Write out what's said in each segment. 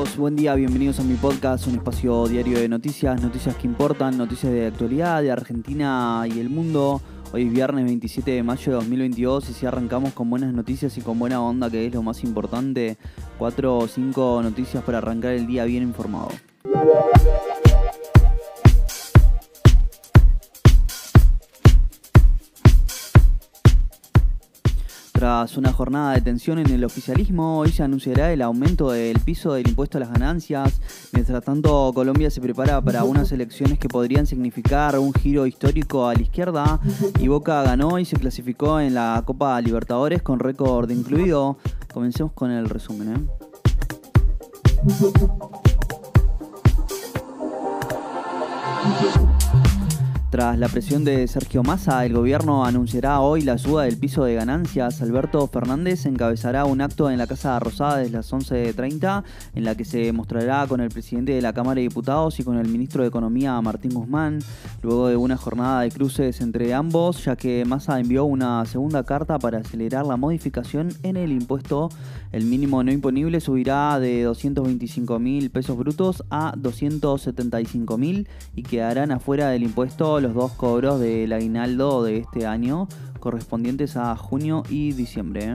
amigos, buen día, bienvenidos a mi podcast, un espacio diario de noticias que importan, noticias de actualidad, de Argentina y el mundo. Hoy es viernes 27 de mayo de 2022 y si arrancamos con buenas noticias y con buena onda, que es lo más importante, 4 o 5 noticias para arrancar el día bien informado. Tras una jornada de tensión en el oficialismo, hoy se anunciará el aumento del piso del impuesto a las ganancias. Mientras tanto, Colombia se prepara para unas elecciones que podrían significar un giro histórico a la izquierda. Y Boca ganó y se clasificó en la Copa Libertadores con récord incluido. Comencemos con el resumen. Tras la presión de Sergio Massa, el gobierno anunciará hoy la suba del piso de ganancias. Alberto Fernández encabezará un acto en la Casa Rosada desde las 11:30, en la que se mostrará con el presidente de la Cámara de Diputados y con el ministro de Economía, Martín Guzmán, luego de una jornada de cruces entre ambos, ya que Massa envió una segunda carta para acelerar la modificación en el impuesto. El mínimo no imponible subirá de 225.000 pesos brutos a 275.000 y quedarán afuera del impuesto los dos cobros del aguinaldo de este año, correspondientes a junio y diciembre.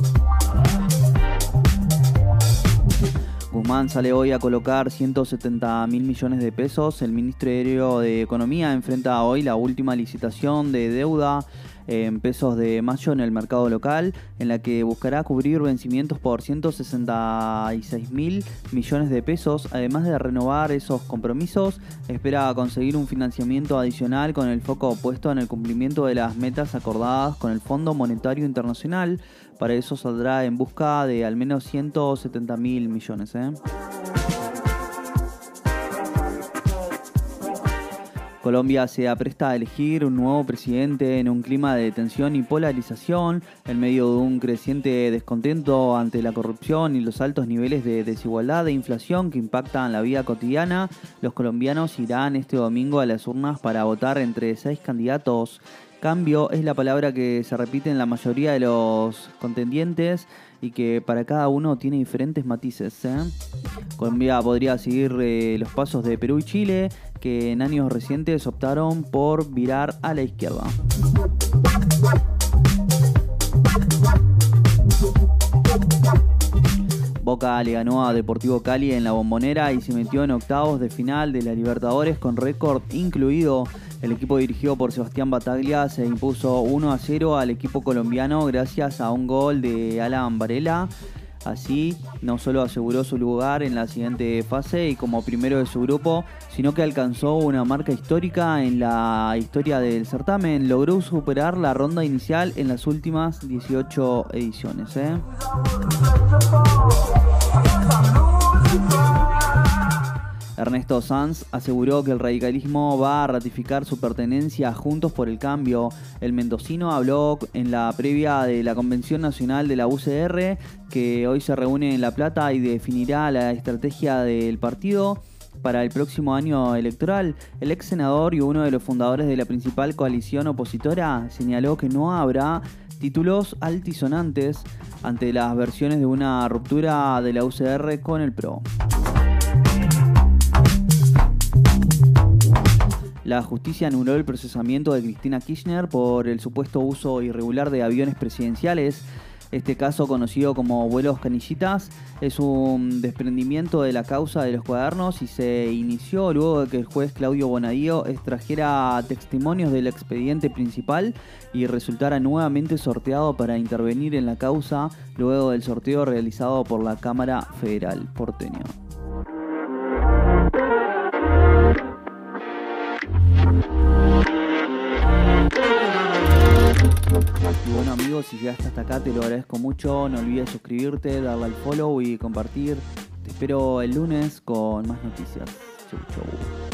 Guzmán sale hoy a colocar 170.000 millones de pesos. El Ministerio de Economía enfrenta hoy la última licitación de deuda en pesos de mayo en el mercado local, en la que buscará cubrir vencimientos por 166.000 millones de pesos. Además de renovar esos compromisos, espera conseguir un financiamiento adicional con el foco puesto en el cumplimiento de las metas acordadas con el Fondo Monetario Internacional. Para eso saldrá en busca de al menos 170.000 millones. Colombia se apresta a elegir un nuevo presidente en un clima de tensión y polarización, en medio de un creciente descontento ante la corrupción y los altos niveles de desigualdad e inflación que impactan la vida cotidiana. Los colombianos irán este domingo a las urnas para votar entre 6 candidatos. Cambio es la palabra que se repite en la mayoría de los contendientes y que para cada uno tiene diferentes matices. Colombia podría seguir los pasos de Perú y Chile, que en años recientes optaron por virar a la izquierda. Boca le ganó a Deportivo Cali en la Bombonera y se metió en octavos de final de la Libertadores con récord incluido. El equipo dirigido por Sebastián Battaglia se impuso 1-0 al equipo colombiano gracias a un gol de Alan Varela. Así, no solo aseguró su lugar en la siguiente fase y como primero de su grupo, sino que alcanzó una marca histórica en la historia del certamen. Logró superar la ronda inicial en las últimas 18 ediciones. Ernesto Sanz aseguró que el radicalismo va a ratificar su pertenencia a Juntos por el Cambio. El mendocino habló en la previa de la Convención Nacional de la UCR, que hoy se reúne en La Plata y definirá la estrategia del partido para el próximo año electoral. El ex senador y uno de los fundadores de la principal coalición opositora señaló que no habrá títulos altisonantes ante las versiones de una ruptura de la UCR con el PRO. La justicia anuló el procesamiento de Cristina Kirchner por el supuesto uso irregular de aviones presidenciales. Este caso, conocido como vuelos canillitas, es un desprendimiento de la causa de los cuadernos y se inició luego de que el juez Claudio Bonadío extrajera testimonios del expediente principal y resultara nuevamente sorteado para intervenir en la causa luego del sorteo realizado por la Cámara Federal porteña. Y bueno amigos, si llegaste hasta acá te lo agradezco mucho, no olvides suscribirte, darle al follow y compartir. Te espero el lunes con más noticias. Chau chau.